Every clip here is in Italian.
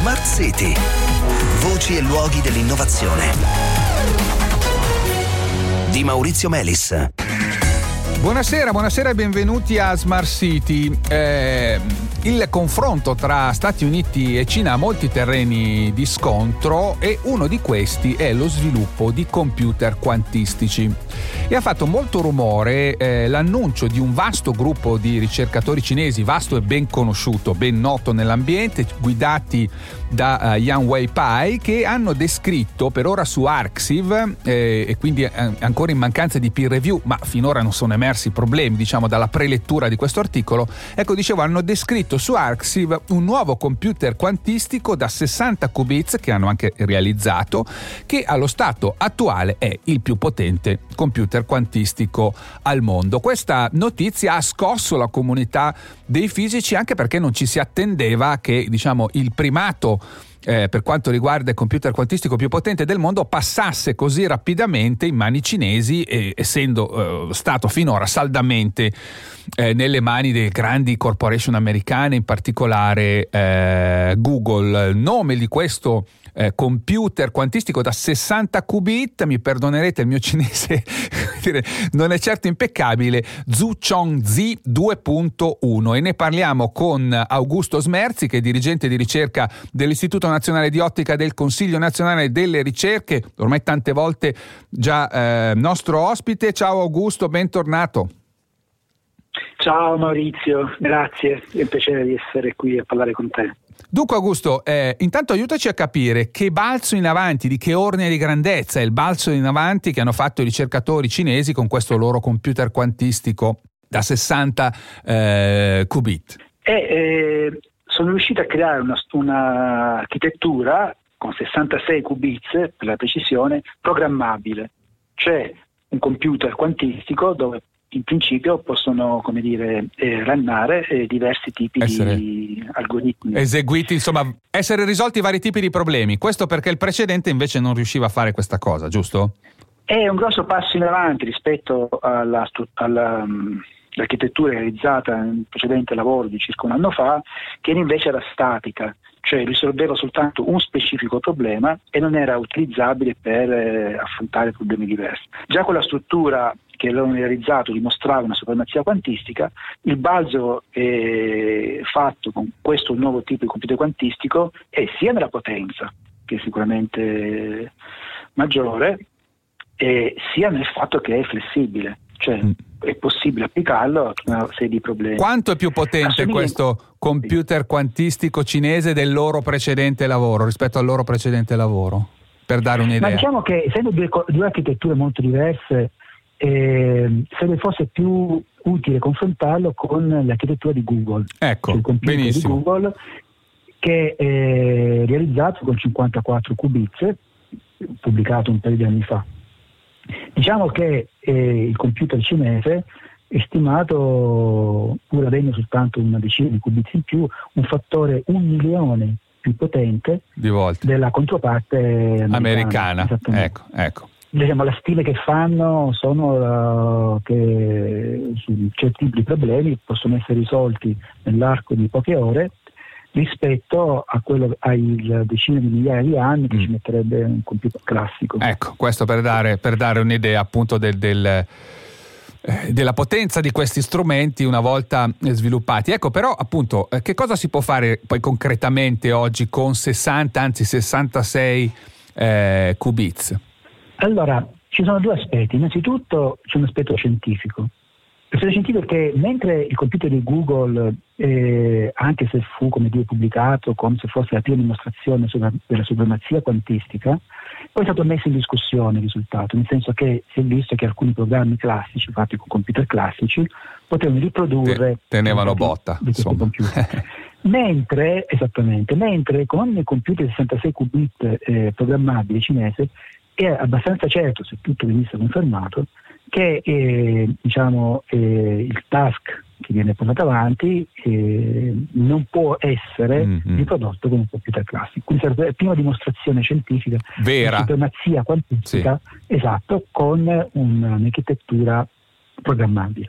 Smart City. Voci e luoghi dell'innovazione. Di Maurizio Melis. Buonasera e benvenuti a Smart City. Il confronto tra Stati Uniti e Cina ha molti terreni di scontro e uno di questi è lo sviluppo di computer quantistici. E ha fatto molto rumore l'annuncio di un vasto gruppo di ricercatori cinesi, vasto e ben conosciuto, ben noto nell'ambiente, guidati da Yang Weipai, che hanno descritto per ora su Arxiv, e quindi ancora in mancanza di peer review, ma finora non sono emersi problemi, diciamo, dalla prelettura di questo articolo. Ecco, dicevo, hanno descritto su Arxiv un nuovo computer quantistico da 60 qubits che hanno anche realizzato, che allo stato attuale è il più potente computer quantistico al mondo. Questa notizia ha scosso la comunità dei fisici, anche perché non ci si attendeva che, diciamo, il primato per quanto riguarda il computer quantistico più potente del mondo passasse così rapidamente in mani cinesi, essendo stato finora saldamente nelle mani delle grandi corporation americane, in particolare Google. Il nome di questo computer quantistico da 60 qubit, mi perdonerete il mio cinese non è certo impeccabile, Zuchongzi 2.1, e ne parliamo con Augusto Smerzi, che è dirigente di ricerca dell'Istituto Nazionale di Ottica del Consiglio Nazionale delle Ricerche, ormai tante volte già nostro ospite. Ciao Augusto, bentornato. Ciao Maurizio, grazie, è un piacere di essere qui a parlare con te. Dunque Augusto, intanto aiutaci a capire che balzo in avanti, di che ordine di grandezza è il balzo in avanti che hanno fatto i ricercatori cinesi con questo loro computer quantistico da 60 qubit. Sono riusciti a creare una architettura con 66 qubits, per la precisione, programmabile, cioè un computer quantistico dove in principio possono, come dire, runnare diversi tipi di algoritmi. Eseguiti, insomma, essere risolti vari tipi di problemi. Questo perché il precedente invece non riusciva a fare questa cosa, giusto? È un grosso passo in avanti rispetto all'architettura realizzata nel precedente lavoro di circa un anno fa, che invece era statica, cioè risolveva soltanto un specifico problema e non era utilizzabile per affrontare problemi diversi. Già con la struttura che avevano realizzato dimostrava una supremazia quantistica. Il balzo fatto con questo nuovo tipo di computer quantistico è sia nella potenza, che è sicuramente maggiore, sia nel fatto che è flessibile, cioè è possibile applicarlo a una serie di problemi. Quanto è più potente questo computer quantistico cinese del loro precedente lavoro, rispetto al loro precedente lavoro, per dare un'idea? Ma diciamo che essendo due architetture molto diverse, sarebbe forse più utile confrontarlo con l'architettura di Google. Ecco, il computer benissimo. di Google, che è realizzato con 54 qubits, pubblicato un paio di anni fa. Diciamo che il computer cinese è stimato, pur avendo soltanto una decina di qubits in più, un fattore 1 milione più potente di volte della controparte americana. Ecco. Diciamo, le stime che fanno sono che su certi tipi di problemi possono essere risolti nell'arco di poche ore, rispetto a quello ai decine di migliaia di anni che ci metterebbe un computer classico. Ecco, questo per dare un'idea appunto della potenza di questi strumenti una volta sviluppati. Ecco, però appunto che cosa si può fare poi concretamente oggi con 60, anzi 66 qubits? Allora, ci sono due aspetti. Innanzitutto c'è un aspetto scientifico. L'aspetto scientifico è che mentre il computer di Google, anche se fu, come dire, pubblicato come se fosse la prima dimostrazione della supremazia quantistica, poi è stato messo in discussione il risultato, nel senso che si è visto che alcuni programmi classici fatti con computer classici potevano riprodurre tenevano botta di questo computer. Mentre con il computer 66 qubit programmabile cinese è abbastanza certo, se tutto venisse confermato, che il task che viene portato avanti non può essere riprodotto con un computer classico. Quindi serve la prima dimostrazione scientifica vera di supremazia quantistica, esatto, con un'architettura programmabile.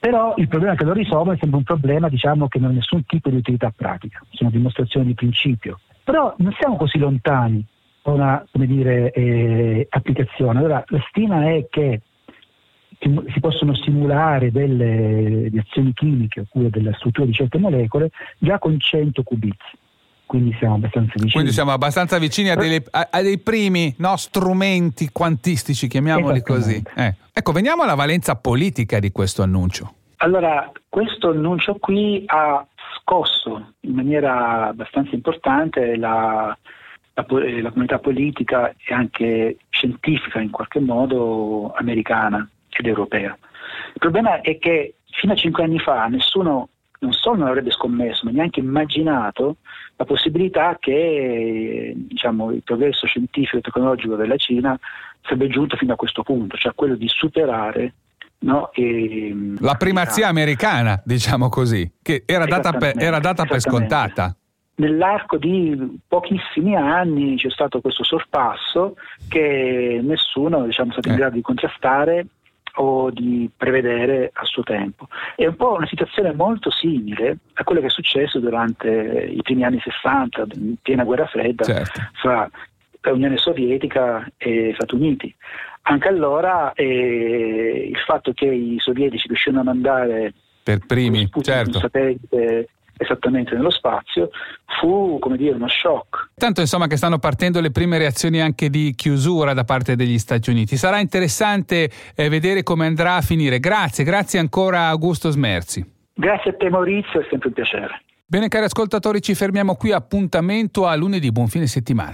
Però il problema che lo risolve è sempre un problema, diciamo, che non ha nessun tipo di utilità pratica, sono dimostrazioni di principio. Però non siamo così lontani da una, applicazione. Allora, la stima è che si possono simulare delle reazioni chimiche oppure della struttura di certe molecole già con 100 qubits. Quindi siamo abbastanza vicini. Quindi siamo abbastanza vicini a dei primi strumenti quantistici, chiamiamoli così. Ecco, veniamo alla valenza politica di questo annuncio. Allora, questo annuncio qui ha scosso in maniera abbastanza importante la comunità politica e anche scientifica in qualche modo americana ed europea. Il problema è che fino a 5 anni fa nessuno non solo non avrebbe scommesso, ma neanche immaginato la possibilità che il progresso scientifico e tecnologico della Cina sarebbe giunto fino a questo punto, cioè quello di superare la primazia americana, diciamo così, che era data per scontata. Nell'arco di pochissimi anni c'è stato questo sorpasso che nessuno è stato in grado di contrastare o di prevedere a suo tempo. È un po' una situazione molto simile a quello che è successo durante i primi anni 60, in piena guerra fredda, fra Unione Sovietica e Stati Uniti. Anche allora il fatto che i sovietici riuscirono a mandare per primi un satellite esattamente nello spazio fu uno shock. Tanto che stanno partendo le prime reazioni anche di chiusura da parte degli Stati Uniti. Sarà interessante vedere come andrà a finire. Grazie ancora Augusto Smerzi. Grazie a te Maurizio, è sempre un piacere. Bene cari ascoltatori, ci fermiamo qui, appuntamento a lunedì, buon fine settimana.